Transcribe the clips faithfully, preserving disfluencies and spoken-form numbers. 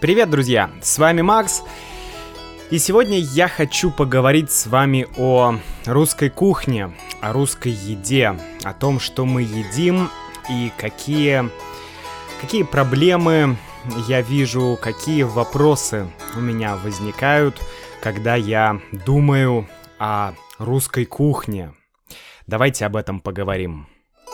Привет, друзья! С вами Макс, и сегодня я хочу поговорить с вами о русской кухне, о русской еде, о том, что мы едим и какие, какие проблемы я вижу, какие вопросы у меня возникают, когда я думаю о русской кухне. Давайте об этом поговорим.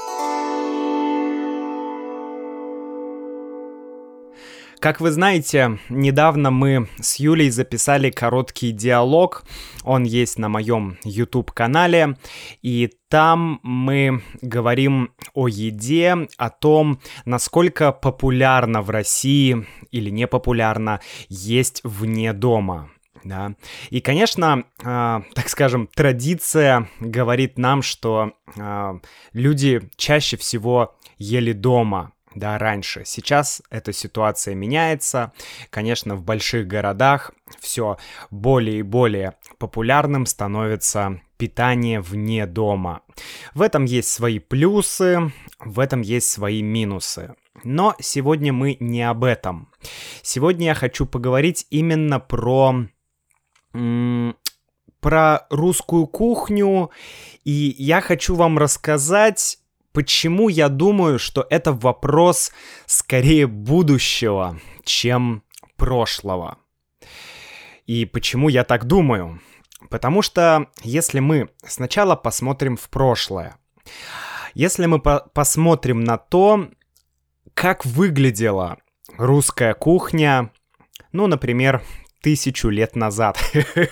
Как вы знаете, недавно мы с Юлей записали короткий диалог, он есть на моем YouTube-канале, и там мы говорим о еде, о том, насколько популярно в России или не популярно есть вне дома. Да. И, конечно, э, так скажем, традиция говорит нам, что э, люди чаще всего ели дома. Да, раньше. Сейчас эта ситуация меняется. Конечно, в больших городах все более и более популярным становится питание вне дома. В этом есть свои плюсы, в этом есть свои минусы. Но сегодня мы не об этом. Сегодня я хочу поговорить именно про, м- про русскую кухню, и я хочу вам рассказать, почему я думаю, что это вопрос скорее будущего, чем прошлого. И почему я так думаю? Потому что если мы сначала посмотрим в прошлое, если мы по- посмотрим на то, как выглядела русская кухня, ну, например, тысячу лет назад.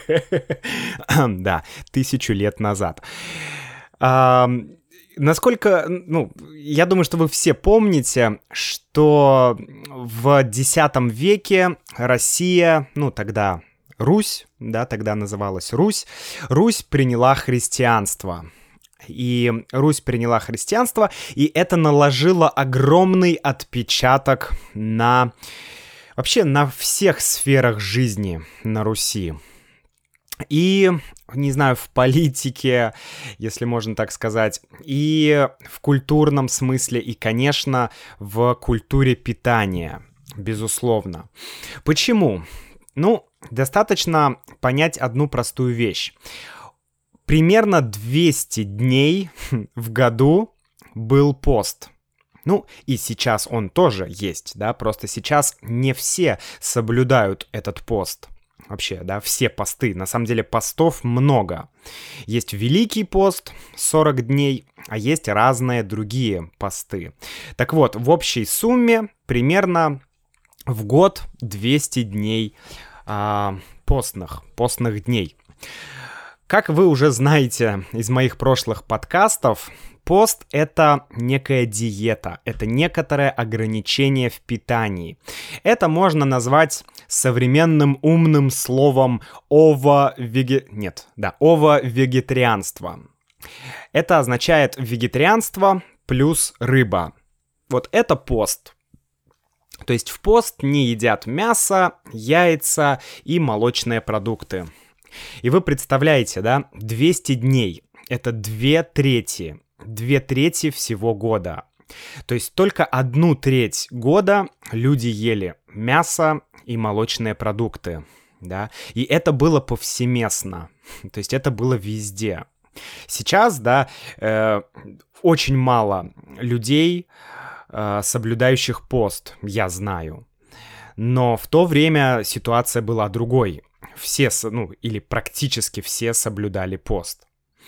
Да, тысячу лет назад. Насколько, ну, я думаю, что вы все помните, что в десятом веке Россия, ну, тогда Русь, да, тогда называлась Русь, Русь приняла христианство. И Русь приняла христианство, и это наложило огромный отпечаток на, вообще на всех сферах жизни на Руси. И, не знаю, в политике, если можно так сказать, и в культурном смысле, и, конечно, в культуре питания, безусловно. Почему? Ну, достаточно понять одну простую вещь. Примерно двести дней в году был пост. Ну, и сейчас он тоже есть, да, просто сейчас не все соблюдают этот пост. Вообще, да, все посты. На самом деле постов много. Есть Великий пост, сорок дней, а есть разные другие посты. Так вот, в общей сумме примерно в год двести дней а, постных, постных дней. Как вы уже знаете из моих прошлых подкастов, пост — это некая диета, это некоторое ограничение в питании. Это можно назвать современным умным словом ово-веге... Нет, да, ово-вегетарианство. Это означает вегетарианство плюс рыба. Вот это пост. То есть в пост не едят мясо, яйца и молочные продукты. И вы представляете, да, двести дней — это две трети. Две трети всего года. То есть только одну треть года люди ели мясо и молочные продукты, да, и это было повсеместно, то есть это было везде. Сейчас, да, э, очень мало людей, э, соблюдающих пост, я знаю, но в то время ситуация была другой. Все, ну, или практически все соблюдали пост.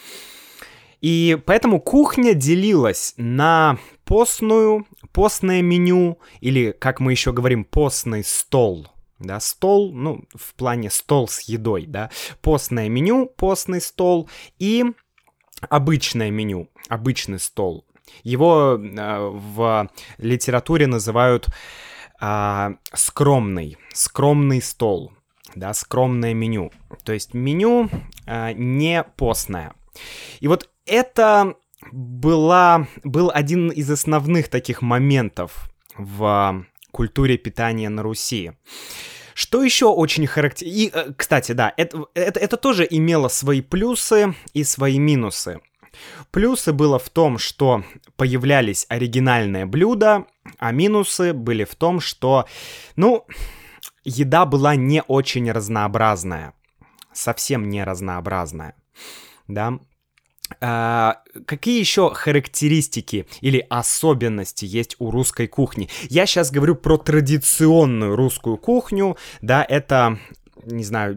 И поэтому кухня делилась на постную, постное меню, или, как мы еще говорим, постный стол. Да, стол, ну, в плане стол с едой, да. Постное меню, постный стол и обычное меню, обычный стол. Его э, в литературе называют э, скромный, скромный стол, да, скромное меню. То есть меню э, не постное. И вот это была, был один из основных таких моментов в культуре питания на Руси. Что еще очень характерно... И, кстати, да, это, это, это тоже имело свои плюсы и свои минусы. Плюсы было в том, что появлялись оригинальные блюда, а минусы были в том, что, ну, еда была не очень разнообразная, совсем не разнообразная, да. А, какие еще характеристики или особенности есть у русской кухни? Я сейчас говорю про традиционную русскую кухню, да, это, не знаю,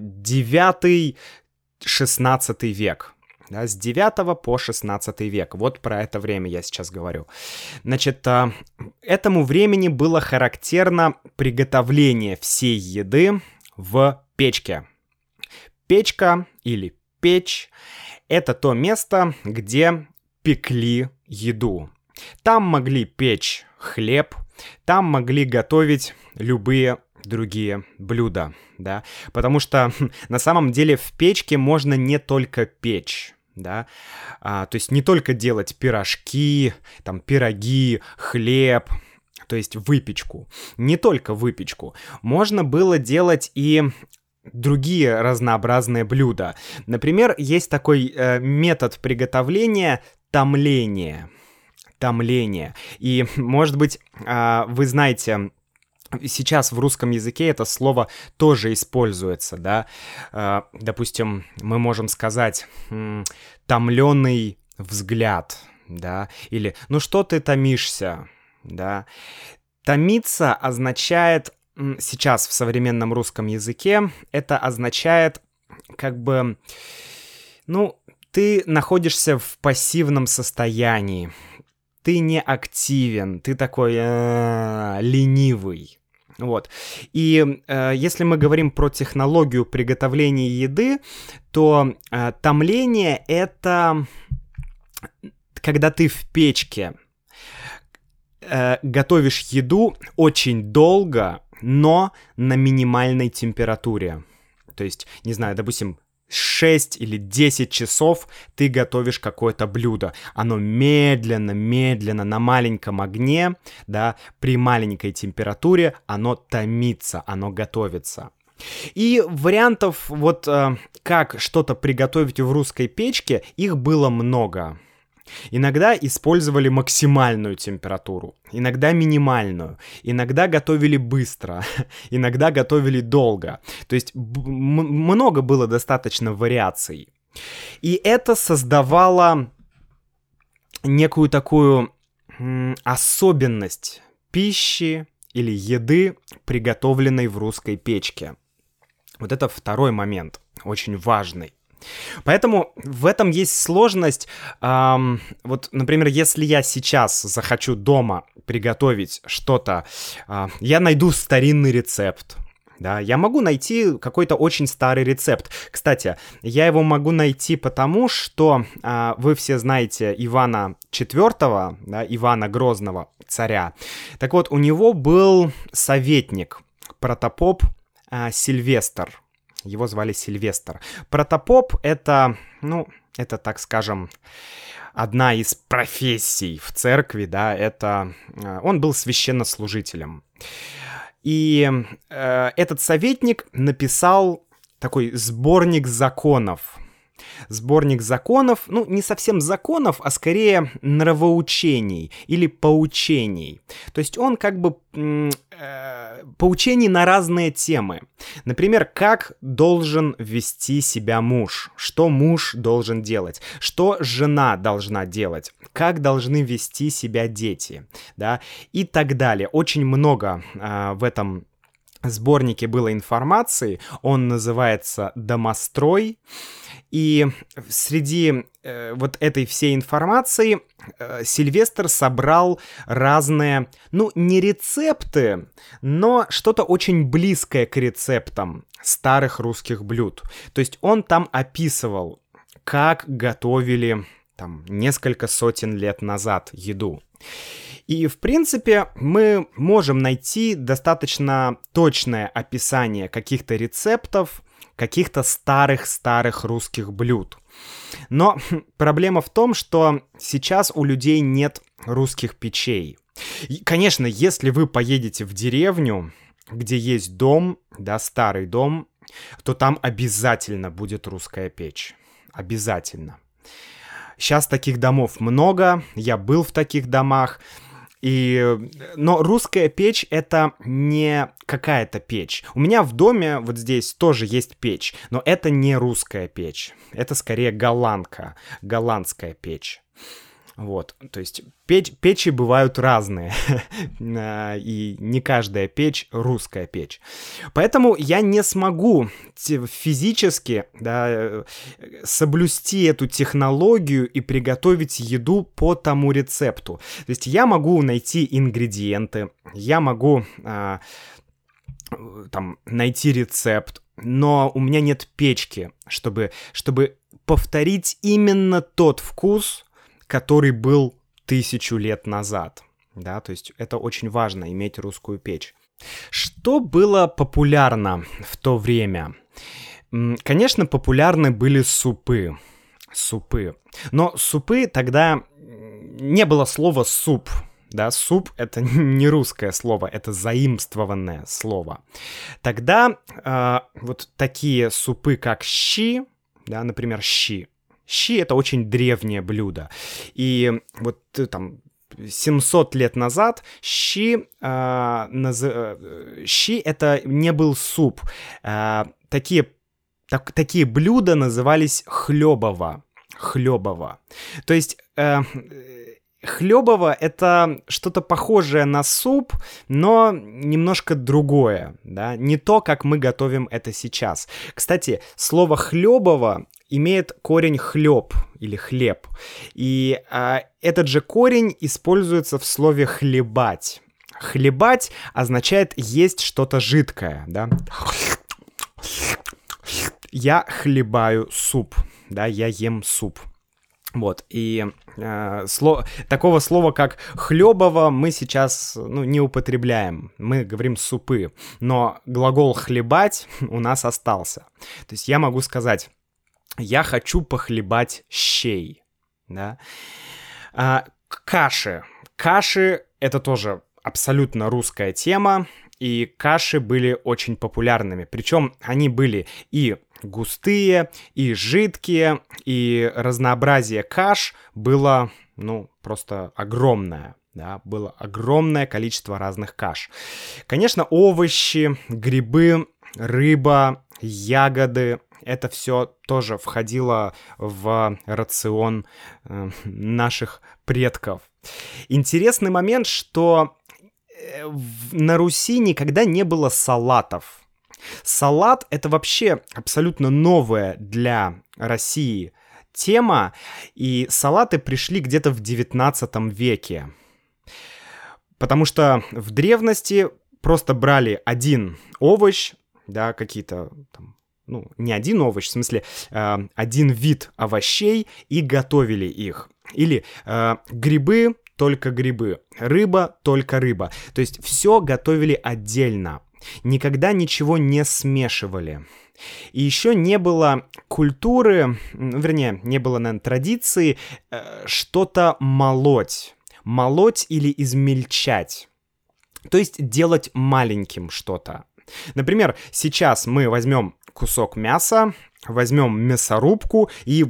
девятый-шестнадцатый век. Да, с девятого по шестнадцатый век. Вот про это время я сейчас говорю. Значит, этому времени было характерно приготовление всей еды в печке. Печка или печь — это то место, где пекли еду. Там могли печь хлеб, там могли готовить любые другие блюда, да, потому что на самом деле в печке можно не только печь, да, а, то есть не только делать пирожки, там, пироги, хлеб, то есть выпечку, не только выпечку, можно было делать и другие разнообразные блюда. Например, есть такой э, метод приготовления томления, томление, и, может быть, э, вы знаете, сейчас в русском языке это слово тоже используется, да. Э, допустим, мы можем сказать м, «томленый взгляд», да, или «ну что ты томишься», да. Томиться означает, сейчас в современном русском языке, это означает как бы, ну, ты находишься в пассивном состоянии, ты не активен, ты такой э, ленивый. Вот. И э, если мы говорим про технологию приготовления еды, то э, томление — это когда ты в печке э, готовишь еду очень долго, но на минимальной температуре. То есть, не знаю, допустим, шесть или десять часов ты готовишь какое-то блюдо. Оно медленно, медленно на маленьком огне, да, при маленькой температуре оно томится, оно готовится. И вариантов, вот э, как что-то приготовить в русской печке, их было много. Иногда использовали максимальную температуру, иногда минимальную, иногда готовили быстро, иногда готовили долго. То есть б- много было достаточно вариаций. И это создавало некую такую м- особенность пищи или еды, приготовленной в русской печке. Вот это второй момент, очень важный. Поэтому в этом есть сложность. Эм, вот, например, если я сейчас захочу дома приготовить что-то, э, я найду старинный рецепт. Да, я могу найти какой-то очень старый рецепт. Кстати, я его могу найти потому, что э, вы все знаете Ивана четвёртого, да, Ивана Грозного, царя. Так вот, у него был советник, протопоп э, Сильвестр. Его звали Сильвестр. Протопоп — это, ну, это, так скажем, одна из профессий в церкви, да, это... Он был священнослужителем. И э, этот советник написал такой сборник законов. Сборник законов, ну, не совсем законов, а скорее нравоучений или поучений. То есть он как бы э, поучений на разные темы. Например, как должен вести себя муж, что муж должен делать, что жена должна делать, как должны вести себя дети, да, и так далее. Очень много э, в этом сборнике было информации. Он называется «Домострой». И среди э, вот этой всей информации э, Сильвестр собрал разные, ну, не рецепты, но что-то очень близкое к рецептам старых русских блюд. То есть он там описывал, как готовили там несколько сотен лет назад еду. И, в принципе, мы можем найти достаточно точное описание каких-то рецептов, каких-то старых-старых русских блюд. Но проблема в том, что сейчас у людей нет русских печей. И, конечно, если вы поедете в деревню, где есть дом, да, старый дом, то там обязательно будет русская печь. Обязательно. Сейчас таких домов много, я был в таких домах. И, но русская печь — это не какая-то печь. У меня в доме вот здесь тоже есть печь, но это не русская печь. Это скорее голландка, голландская печь. Вот, то есть печь, печи бывают разные, и не каждая печь русская печь. Поэтому я не смогу физически, да, соблюсти эту технологию и приготовить еду по тому рецепту. То есть я могу найти ингредиенты, я могу а, там, найти рецепт, но у меня нет печки, чтобы, чтобы повторить именно тот вкус, который был тысячу лет назад, да, то есть это очень важно, иметь русскую печь. Что было популярно в то время? Конечно, популярны были супы, супы, но супы тогда не было слова «суп», да, суп — это не русское слово, это заимствованное слово. Тогда э, вот такие супы, как щи, да, например, щи, Щи — это очень древнее блюдо. И вот там семьсот лет назад щи, э, наз... щи — это не был суп. Э, такие, так, такие блюда назывались хлебово. Хлебово. То есть... Э, Хлебово — это что-то похожее на суп, но немножко другое, да, не то, как мы готовим это сейчас. Кстати, слово «хлебово» имеет корень «хлеб» или «хлеб», и а, этот же корень используется в слове «хлебать». «Хлебать» означает есть что-то жидкое, да. Я хлебаю суп, да, я ем суп. Вот, и э, сло... такого слова, как «хлебово», мы сейчас, ну, не употребляем, мы говорим «супы», но глагол «хлебать» у нас остался. То есть я могу сказать «я хочу похлебать щей», да. А, каши. Каши — это тоже абсолютно русская тема, и каши были очень популярными, причем они были и густые, и жидкие, и разнообразие каш было, ну, просто огромное, да, было огромное количество разных каш. Конечно, овощи, грибы, рыба, ягоды — это все тоже входило в рацион э, наших предков. Интересный момент, что на Руси никогда не было салатов. Салат — это вообще абсолютно новая для России тема, и салаты пришли где-то в девятнадцатом веке. Потому что в древности просто брали один овощ, да, какие-то там, ну, не один овощ, в смысле, э, один вид овощей, и готовили их. Или э, грибы, только грибы, рыба, только рыба. То есть все готовили отдельно. Никогда ничего не смешивали. И еще не было культуры, вернее, не было, наверное, традиции э, что-то молоть. Молоть или измельчать. То есть делать маленьким что-то. Например, сейчас мы возьмем кусок мяса, возьмем мясорубку и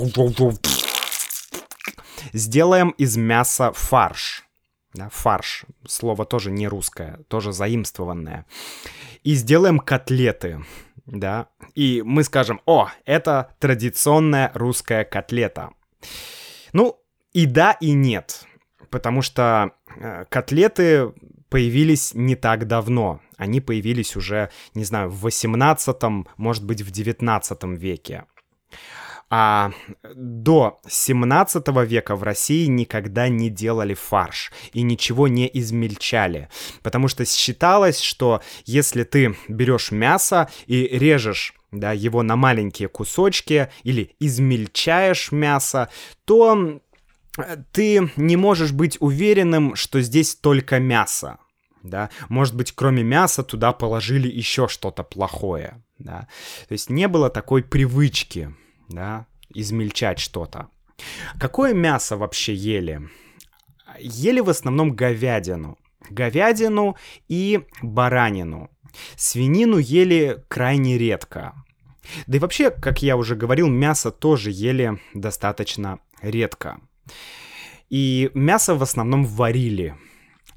сделаем из мяса фарш. Да, фарш, слово тоже не русское, тоже заимствованное. И сделаем котлеты, да, и мы скажем: о, это традиционная русская котлета. Ну, и да, и нет, потому что э, котлеты появились не так давно. Они появились уже, не знаю, в восемнадцатом, может быть, в девятнадцатом веке. А до семнадцатого века в России никогда не делали фарш и ничего не измельчали, потому что считалось, что если ты берешь мясо и режешь, да, его на маленькие кусочки или измельчаешь мясо, то ты не можешь быть уверенным, что здесь только мясо. Да? Может быть, кроме мяса туда положили еще что-то плохое. Да? То есть не было такой привычки, да, измельчать что-то. Какое мясо вообще ели? Ели в основном говядину. Говядину и баранину. Свинину ели крайне редко. Да и вообще, как я уже говорил, мясо тоже ели достаточно редко. И мясо в основном варили.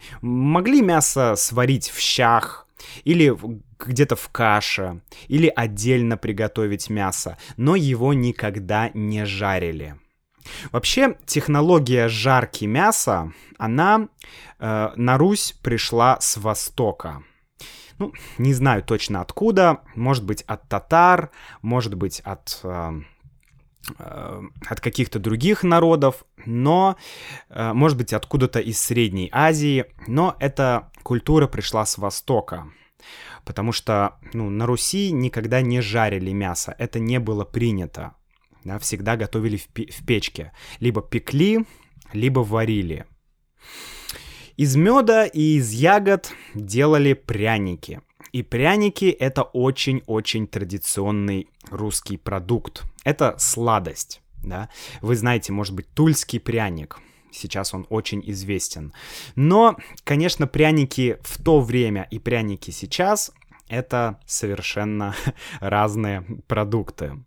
Могли мясо сварить в щах или где-то в каше, или отдельно приготовить мясо, но его никогда не жарили. Вообще, технология жарки мяса, она э, на Русь пришла с Востока. Ну, не знаю точно откуда, может быть от татар, может быть от, э, э, от каких-то других народов, но, э, может быть, откуда-то из Средней Азии, но эта культура пришла с Востока. Потому что, ну, на Руси никогда не жарили мясо, это не было принято. Да, всегда готовили в, пе- в печке. Либо пекли, либо варили. Из меда и из ягод делали пряники. И пряники — это очень-очень традиционный русский продукт. Это сладость. Да? Вы знаете, может быть, тульский пряник. Сейчас он очень известен. Но, конечно, пряники в то время и пряники сейчас — это совершенно разные продукты.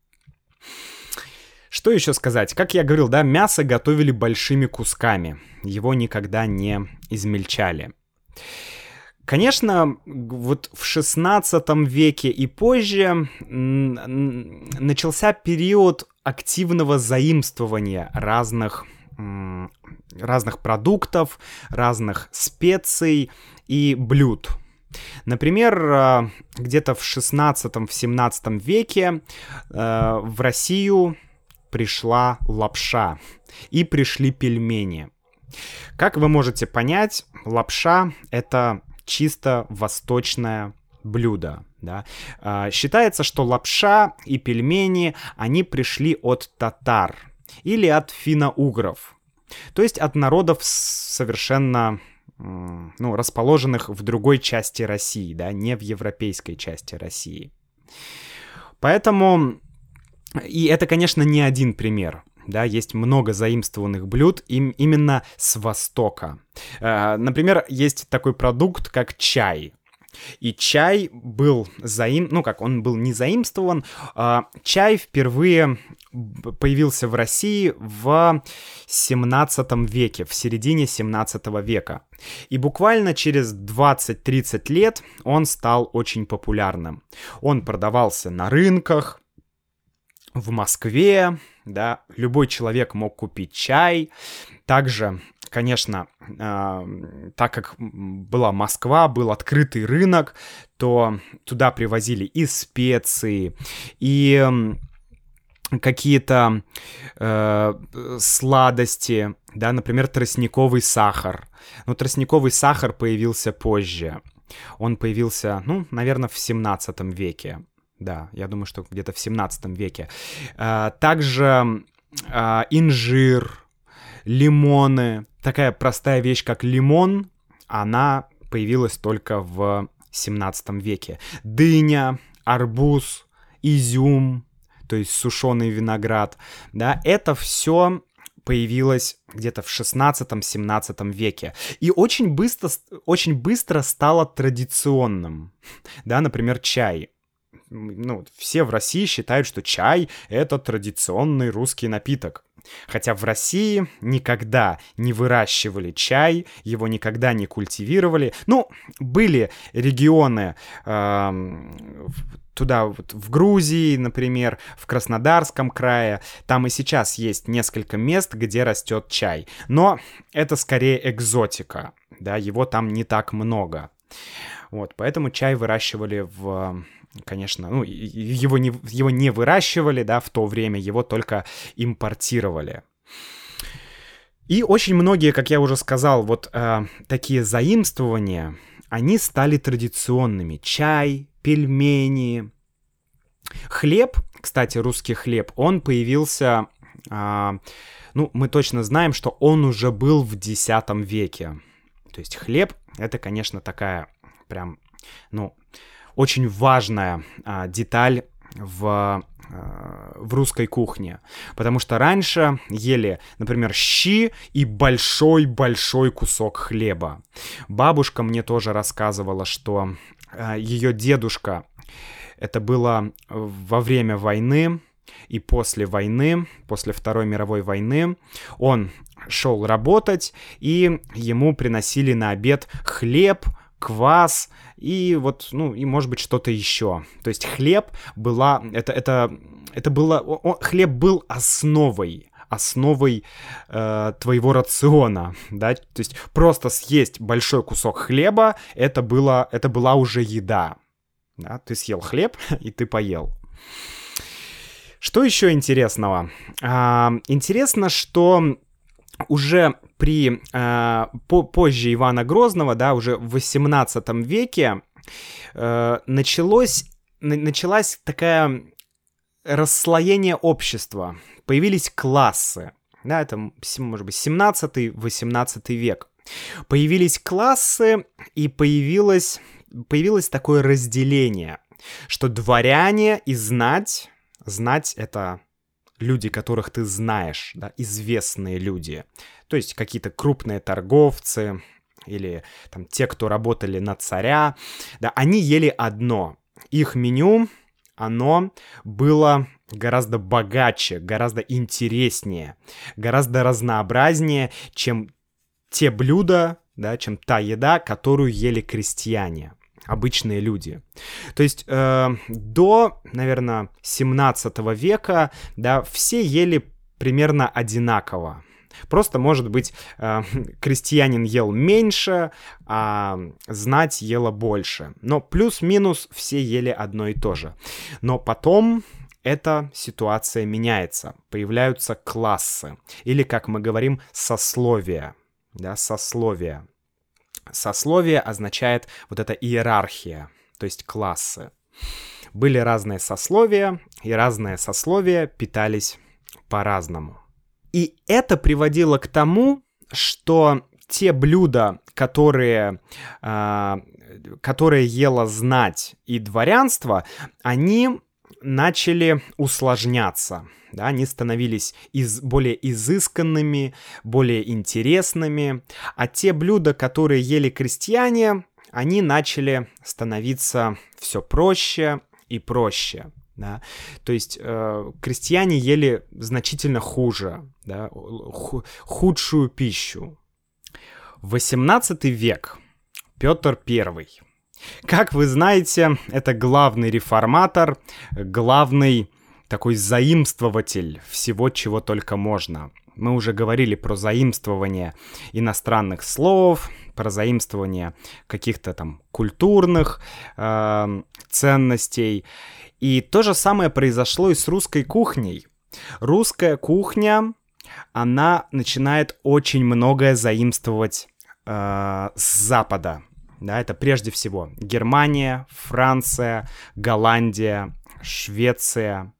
Что еще сказать? Как я говорил, да, мясо готовили большими кусками. Его никогда не измельчали. Конечно, вот в шестнадцатом веке и позже начался период активного заимствования разных, разных продуктов, разных специй и блюд. Например, где-то в шестнадцатом-семнадцатом веке в Россию пришла лапша и пришли пельмени. Как вы можете понять, лапша — это чисто восточное блюдо. Да? Считается, что лапша и пельмени, они пришли от татар или от финно-угров. То есть от народов совершенно, ну, расположенных в другой части России, да, не в европейской части России. Поэтому, и это, конечно, не один пример. Да, есть много заимствованных блюд им, именно с Востока. Например, есть такой продукт, как чай. И чай был заим... ну как, он был не заимствован. Чай впервые появился в России в семнадцатом веке, в середине семнадцатого века. И буквально через двадцать-тридцать лет он стал очень популярным. Он продавался на рынках, в Москве, да, любой человек мог купить чай. Также, конечно, э, так как была Москва, был открытый рынок, то туда привозили и специи, и э, какие-то э, сладости, да, например, тростниковый сахар. Но тростниковый сахар появился позже. Он появился, ну, наверное, в семнадцатом веке. Да, я думаю, что где-то в семнадцатом веке. Также инжир, лимоны. Такая простая вещь, как лимон, она появилась только в семнадцатом веке. Дыня, арбуз, изюм, то есть сушеный виноград. Да, это все появилось где-то в шестнадцатом-семнадцатом веке. И очень быстро, очень быстро стало традиционным. Да, например, чай. Ну, все в России считают, что чай — это традиционный русский напиток. Хотя в России никогда не выращивали чай, его никогда не культивировали. Ну, были регионы э, туда, вот, в Грузии, например, в Краснодарском крае. Там и сейчас есть несколько мест, где растет чай. Но это скорее экзотика, да, его там не так много. Вот, поэтому чай выращивали в... Конечно, ну, его не, его не выращивали, да, в то время, его только импортировали. И очень многие, как я уже сказал, вот э, такие заимствования, они стали традиционными. Чай, пельмени, хлеб, кстати, русский хлеб, он появился, э, ну, мы точно знаем, что он уже был в десятом веке. То есть хлеб — это, конечно, такая прям, ну... очень важная а, деталь в, а, в русской кухне. Потому что раньше ели, например, щи и большой-большой кусок хлеба. Бабушка мне тоже рассказывала, что а, ее дедушка, это было во время войны и после войны, после Второй мировой войны, он шел работать, и ему приносили на обед хлеб, квас и вот, ну, и, может быть, что-то еще. То есть хлеб была, это, это, это было, о, хлеб был основой, основой э, твоего рациона, да, то есть просто съесть большой кусок хлеба, это, было, это была уже еда, да, ты съел хлеб, и ты поел. Что еще интересного? А, интересно, что уже при э, по, позже Ивана Грозного, да, уже в восемнадцатом веке э, началось, на, началась такая расслоение общества, появились классы, да, это, может быть, семнадцатый-восемнадцатый век. Появились классы, и появилось, появилось такое разделение, что дворяне и знать, знать — это люди, которых ты знаешь, да, известные люди, то есть какие-то крупные торговцы или там те, кто работали на царя, да, они ели одно. Их меню, оно было гораздо богаче, гораздо интереснее, гораздо разнообразнее, чем те блюда, да, чем та еда, которую ели крестьяне, обычные люди. То есть э, до, наверное, семнадцатого века, да, все ели примерно одинаково. Просто, может быть, э, крестьянин ел меньше, а знать ела больше. Но плюс-минус все ели одно и то же. Но потом эта ситуация меняется. Появляются классы. Или, как мы говорим, сословия. Да, сословия. Сословие означает вот эта иерархия, то есть классы. Были разные сословия, и разные сословия питались по-разному. И это приводило к тому, что те блюда, которые, э, которые ела знать и дворянство, они начали усложняться. Да, они становились из, более изысканными, более интересными, а те блюда, которые ели крестьяне, они начали становиться все проще и проще. Да? То есть э, крестьяне ели значительно хуже, да, ху- худшую пищу. восемнадцатый век. Петр Первый. Как вы знаете, это главный реформатор, главный такой заимствователь всего, чего только можно. Мы уже говорили про заимствование иностранных слов, про заимствование каких-то там культурных э, ценностей. И то же самое произошло и с русской кухней. Русская кухня, она начинает очень многое заимствовать э, с Запада. Да, это прежде всего Германия, Франция, Голландия, Швеция.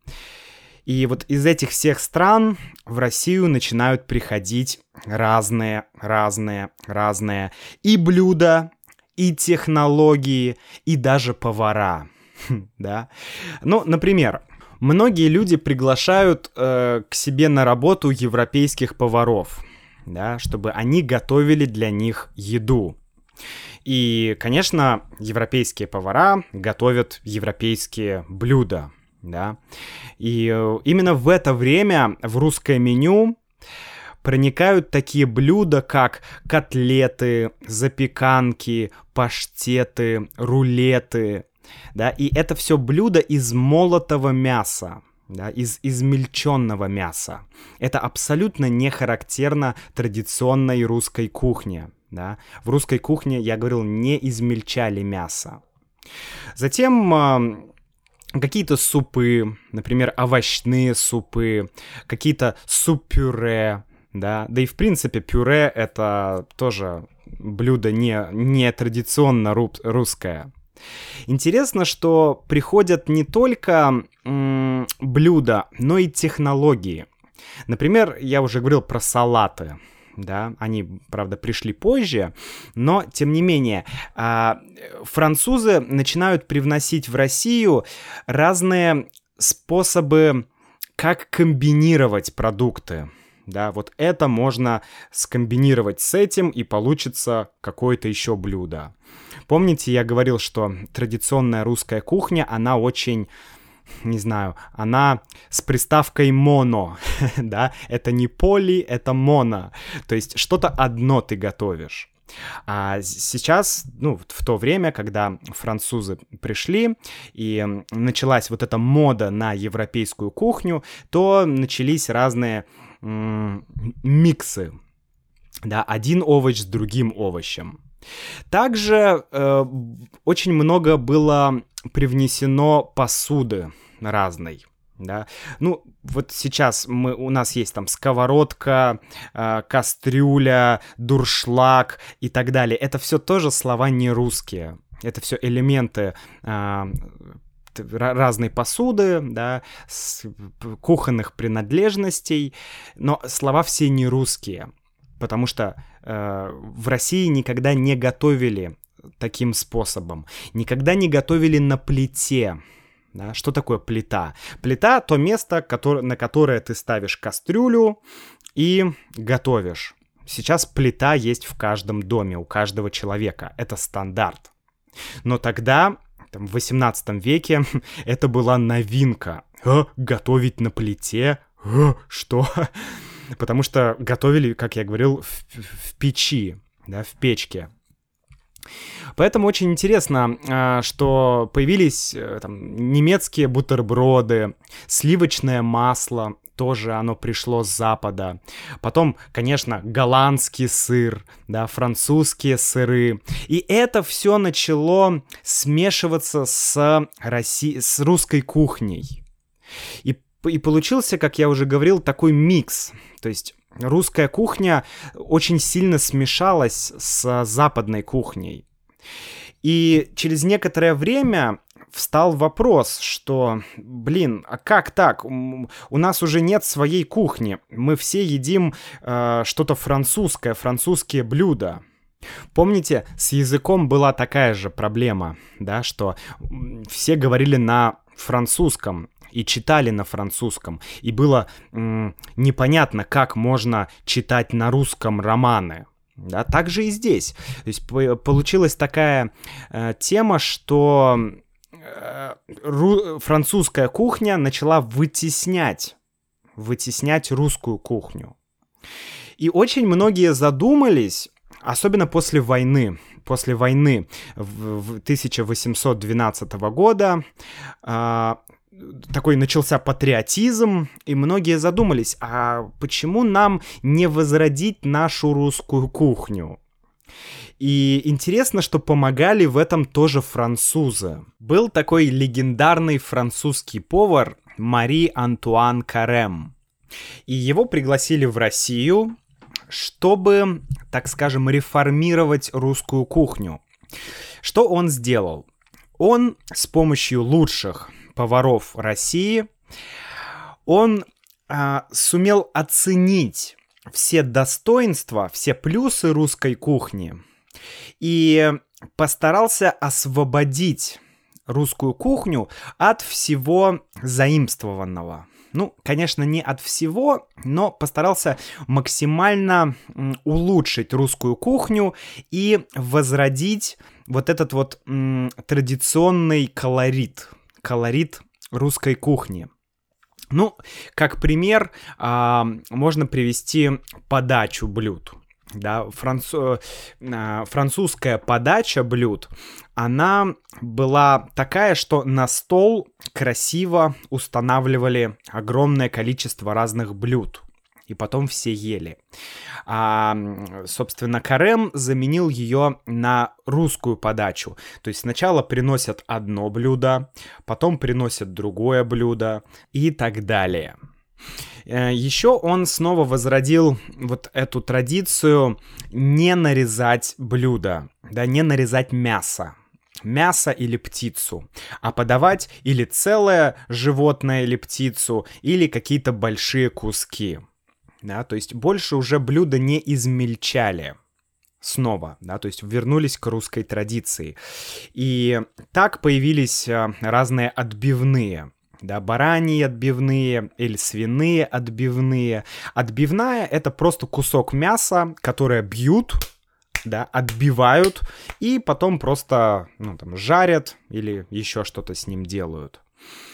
И вот из этих всех стран в Россию начинают приходить разные, разные, разные и блюда, и технологии, и даже повара. Да? Ну, например, многие люди приглашают э, к себе на работу европейских поваров, да, чтобы они готовили для них еду. И, конечно, европейские повара готовят европейские блюда, да. И именно в это время в русское меню проникают такие блюда, как котлеты, запеканки, паштеты, рулеты, да. И это все блюда из молотого мяса, да, из измельченного мяса. Это абсолютно не характерно традиционной русской кухне. Да? В русской кухне, я говорил, не измельчали мясо. Затем э, какие-то супы, например, овощные супы, какие-то суп-пюре, да, да и в принципе пюре — это тоже блюдо не, не традиционно русское. Интересно, что приходят не только м- блюда, но и технологии. Например, я уже говорил про салаты. Да, они, правда, пришли позже, но, тем не менее, французы начинают привносить в Россию разные способы, как комбинировать продукты. Да, вот это можно скомбинировать с этим, и получится какое-то еще блюдо. Помните, я говорил, что традиционная русская кухня, она очень не знаю, она с приставкой «моно», да, это не поли, это «моно», то есть что-то одно ты готовишь. А сейчас, ну, в то время, когда французы пришли и началась вот эта мода на европейскую кухню, то начались разные м- миксы, да, один овощ с другим овощем. Также э, очень много было привнесено посуды разной. Да? Ну, вот сейчас мы, у нас есть там сковородка, э, кастрюля, дуршлаг и так далее. Это все тоже слова не русские. Это все элементы э, разной посуды, да, с, кухонных принадлежностей, но слова все не русские. Потому что э, в России никогда не готовили таким способом. Никогда не готовили на плите. Да? Что такое плита? Плита — то место, который, на которое ты ставишь кастрюлю и готовишь. Сейчас плита есть в каждом доме, у каждого человека. Это стандарт. Но тогда, там, в восемнадцатом веке, это была новинка. А, готовить на плите? А, что? Потому что готовили, как я говорил, в, в печи, да, в печке. Поэтому очень интересно, что появились там немецкие бутерброды, сливочное масло, тоже оно пришло с Запада. Потом, конечно, голландский сыр, да, французские сыры. И это все начало смешиваться с, Росси... с русской кухней. И И получился, как я уже говорил, такой микс. То есть русская кухня очень сильно смешалась с западной кухней. И через некоторое время встал вопрос, что, блин, а как так? У нас уже нет своей кухни. Мы все едим э, что-то французское, французские блюда. Помните, с языком была такая же проблема, да, что все говорили на французском и читали на французском, и было м, непонятно, как можно читать на русском романы. Да, так же и здесь. То есть получилась такая э, тема, что э, ру- французская кухня начала вытеснять, вытеснять русскую кухню. И очень многие задумались, особенно после войны. После войны в тысяча восемьсот двенадцатого года э, такой начался патриотизм, и многие задумались, а почему нам не возродить нашу русскую кухню? И интересно, что помогали в этом тоже французы. Был такой легендарный французский повар Мари Антуан Карем. И его пригласили в Россию, чтобы, так скажем, реформировать русскую кухню. Что он сделал? Он с помощью лучших поваров России, он а, сумел оценить все достоинства, все плюсы русской кухни и постарался освободить русскую кухню от всего заимствованного. Ну, конечно, не от всего, но постарался максимально улучшить русскую кухню и возродить вот этот вот м, традиционный колорит, колорит русской кухни. Ну, как пример, а, можно привести подачу блюд. Да, францу... французская подача блюд, она была такая, что на стол красиво устанавливали огромное количество разных блюд, и потом все ели. А, собственно, Карем заменил ее на русскую подачу. То есть сначала приносят одно блюдо, потом приносят другое блюдо и так далее. Еще он снова возродил вот эту традицию не нарезать блюдо, да, не нарезать мясо. Мясо или птицу, а подавать или целое животное или птицу, или какие-то большие куски. Да, то есть больше уже блюда не измельчали. Снова, да, то есть вернулись к русской традиции. И так появились разные отбивные. Да, бараньи отбивные или свиные отбивные. Отбивная — это просто кусок мяса, которое бьют, да, отбивают, и потом просто, ну, там, жарят или еще что-то с ним делают.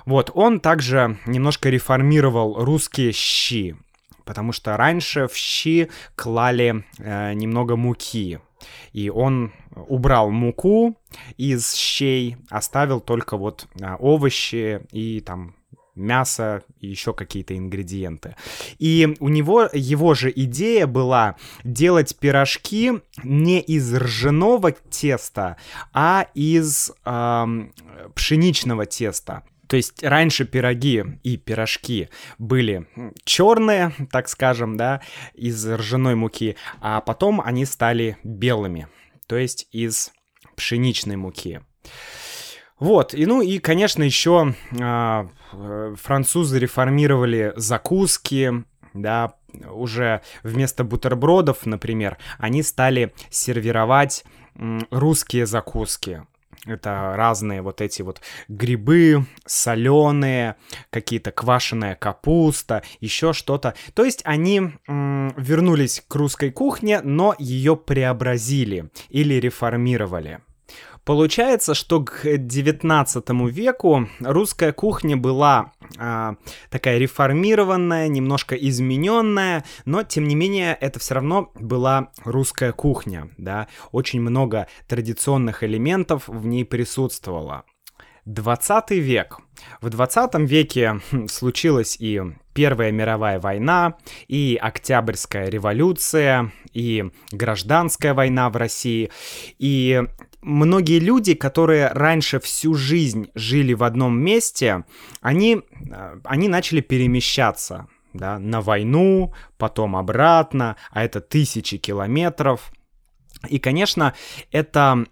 Вот, он также немножко реформировал русские щи, потому что раньше в щи клали э, немного муки, и он убрал муку из щей, оставил только вот э, овощи и там мясо и еще какие-то ингредиенты. И у него, его же идея была делать пирожки не из ржаного теста, а из э, пшеничного теста. То есть раньше пироги и пирожки были черные, так скажем, да, из ржаной муки, а потом они стали белыми, то есть из пшеничной муки. Вот, и ну и, конечно, еще э, французы реформировали закуски, да, уже вместо бутербродов, например, они стали сервировать э, русские закуски. Это разные вот эти вот грибы, соленые, какие-то квашеная капуста, еще что-то. То есть они м, вернулись к русской кухне, но ее преобразили или реформировали. Получается, что к девятнадцатому веку русская кухня была а, такая реформированная, немножко измененная, но, тем не менее, это все равно была русская кухня, да, очень много традиционных элементов в ней присутствовало. двадцатый век. В двадцатом веке случилась и Первая мировая война, и Октябрьская революция, и Гражданская война в России, и многие люди, которые раньше всю жизнь жили в одном месте, они, они начали перемещаться, да, на войну, потом обратно, а это тысячи километров. И, конечно, это,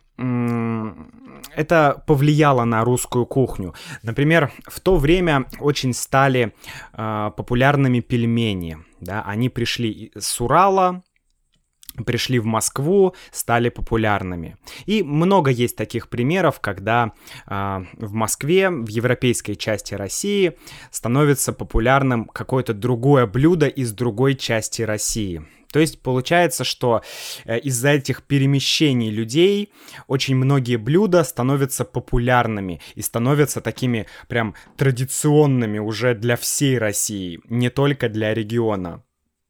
это повлияло на русскую кухню. Например, в то время очень стали э, популярными пельмени. Да? Они пришли с Урала, пришли в Москву, стали популярными. И много есть таких примеров, когда э, в Москве, в европейской части России, становится популярным какое-то другое блюдо из другой части России. То есть получается, что э, из-за этих перемещений людей очень многие блюда становятся популярными и становятся такими прям традиционными уже для всей России, не только для региона.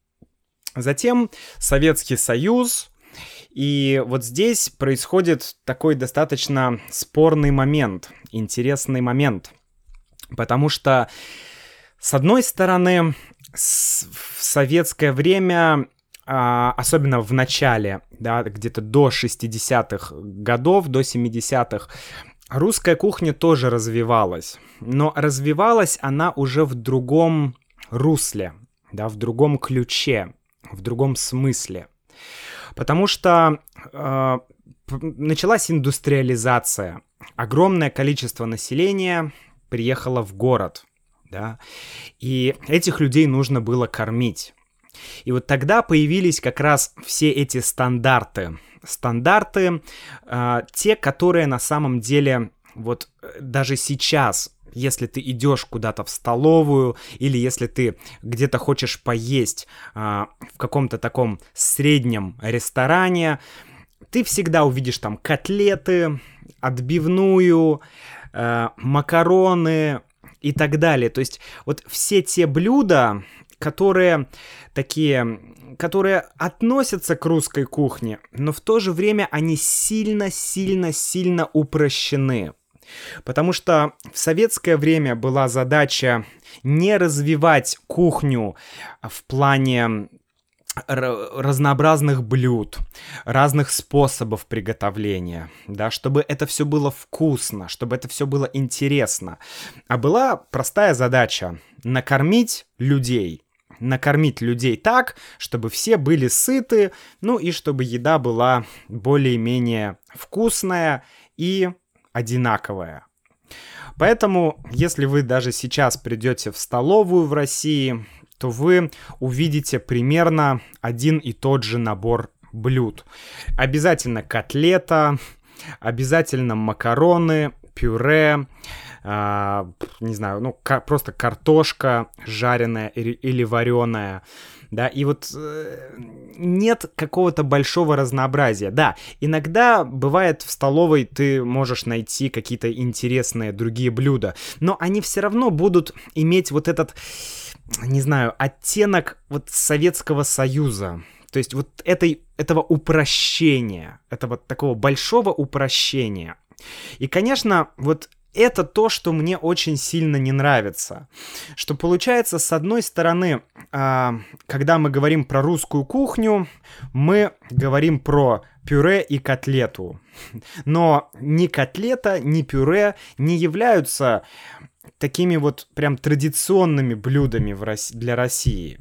Затем Советский Союз, и вот здесь происходит такой достаточно спорный момент, интересный момент, потому что, с одной стороны, в советское время, особенно в начале, да, где-то до шестидесятых годов, до семидесятых, русская кухня тоже развивалась, но развивалась она уже в другом русле, да, в другом ключе, в другом смысле. Потому что э, началась индустриализация. Огромное количество населения приехало в город, да, и этих людей нужно было кормить. И вот тогда появились как раз все эти стандарты. Стандарты, э, те, которые на самом деле вот даже сейчас, если ты идешь куда-то в столовую или если ты где-то хочешь поесть э, в каком-то таком среднем ресторане, ты всегда увидишь там котлеты, отбивную, э, макароны и так далее. То есть вот все те блюда, которые такие, которые относятся к русской кухне, но в то же время они сильно-сильно-сильно упрощены. Потому что в советское время была задача не развивать кухню в плане разнообразных блюд, разных способов приготовления, да, чтобы это все было вкусно, чтобы это все было интересно. А была простая задача — накормить людей. Накормить людей так, чтобы все были сыты, ну и чтобы еда была более-менее вкусная и одинаковая. Поэтому, если вы даже сейчас придете в столовую в России, то вы увидите примерно один и тот же набор блюд. Обязательно котлета, обязательно макароны, пюре, э, не знаю, ну ка- просто картошка жареная или, или вареная, да, и вот э, нет какого-то большого разнообразия. Да, иногда бывает в столовой ты можешь найти какие-то интересные другие блюда, но они все равно будут иметь вот этот, не знаю, оттенок вот Советского Союза. То есть вот этой, этого упрощения, этого такого большого упрощения. И, конечно, вот это то, что мне очень сильно не нравится. Что получается, с одной стороны, когда мы говорим про русскую кухню, мы говорим про пюре и котлету. Но ни котлета, ни пюре не являются такими вот прям традиционными блюдами в Рос... для России.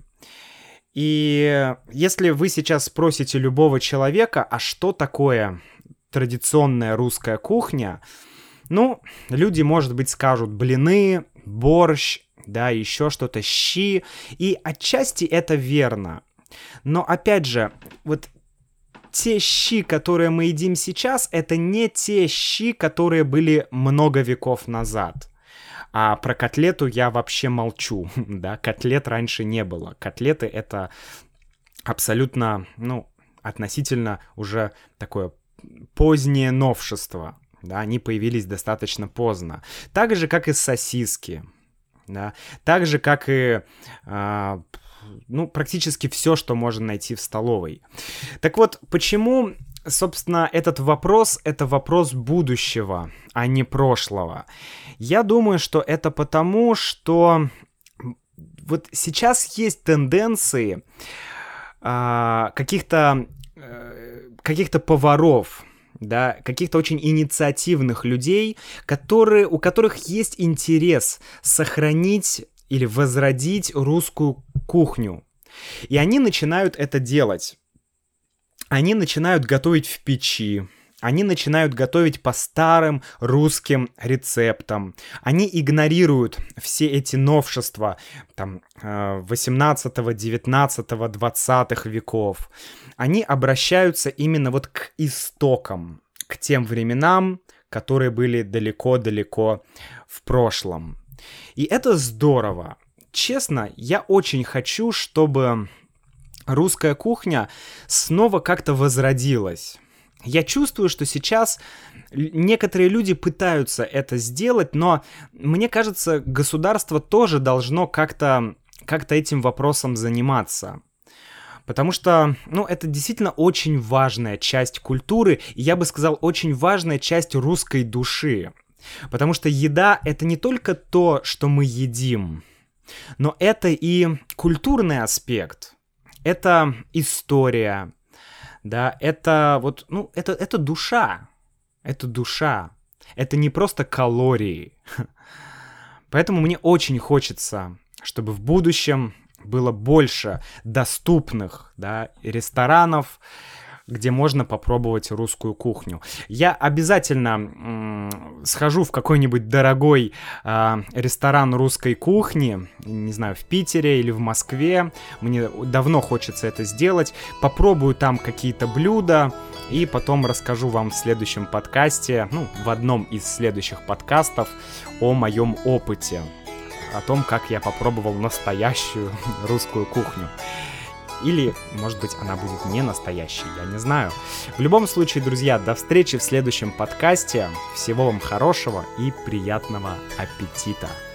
И если вы сейчас спросите любого человека, а что такое традиционная русская кухня, ну, люди, может быть, скажут блины, борщ, да, еще что-то, щи, и отчасти это верно. Но, опять же, вот те щи, которые мы едим сейчас, это не те щи, которые были много веков назад. А про котлету я вообще молчу, да, котлет раньше не было. Котлеты — это абсолютно, ну, относительно уже такое позднее новшество, да, они появились достаточно поздно. Так же, как и сосиски, да, так же, как и, э, ну, практически все, что можно найти в столовой. Так вот, почему... Собственно, этот вопрос — это вопрос будущего, а не прошлого. Я думаю, что это потому, что вот сейчас есть тенденции а, каких-то, а, каких-то поваров, да, каких-то очень инициативных людей, которые, у которых есть интерес сохранить или возродить русскую кухню. И они начинают это делать. Они начинают готовить в печи, они начинают готовить по старым русским рецептам. Они игнорируют все эти новшества там, восемнадцатого, девятнадцатого, двадцатых веков. Они обращаются именно вот к истокам, к тем временам, которые были далеко-далеко в прошлом. И это здорово. Честно, я очень хочу, чтобы... русская кухня снова как-то возродилась. Я чувствую, что сейчас некоторые люди пытаются это сделать, но мне кажется, государство тоже должно как-то, как-то этим вопросом заниматься. Потому что, ну, это действительно очень важная часть культуры, и я бы сказал, очень важная часть русской души. Потому что еда — это не только то, что мы едим, но это и культурный аспект. Это история, да, это вот, ну, это, это душа, это душа, это не просто калории. Поэтому мне очень хочется, чтобы в будущем было больше доступных, да, ресторанов, где можно попробовать русскую кухню. Я обязательно м- схожу в какой-нибудь дорогой э, ресторан русской кухни, не знаю, в Питере или в Москве. Мне давно хочется это сделать. Попробую там какие-то блюда и потом расскажу вам в следующем подкасте, ну, в одном из следующих подкастов о моем опыте, о том, как я попробовал настоящую русскую кухню. Или, может быть, она будет не настоящей, я не знаю. В любом случае, друзья, до встречи в следующем подкасте. Всего вам хорошего и приятного аппетита.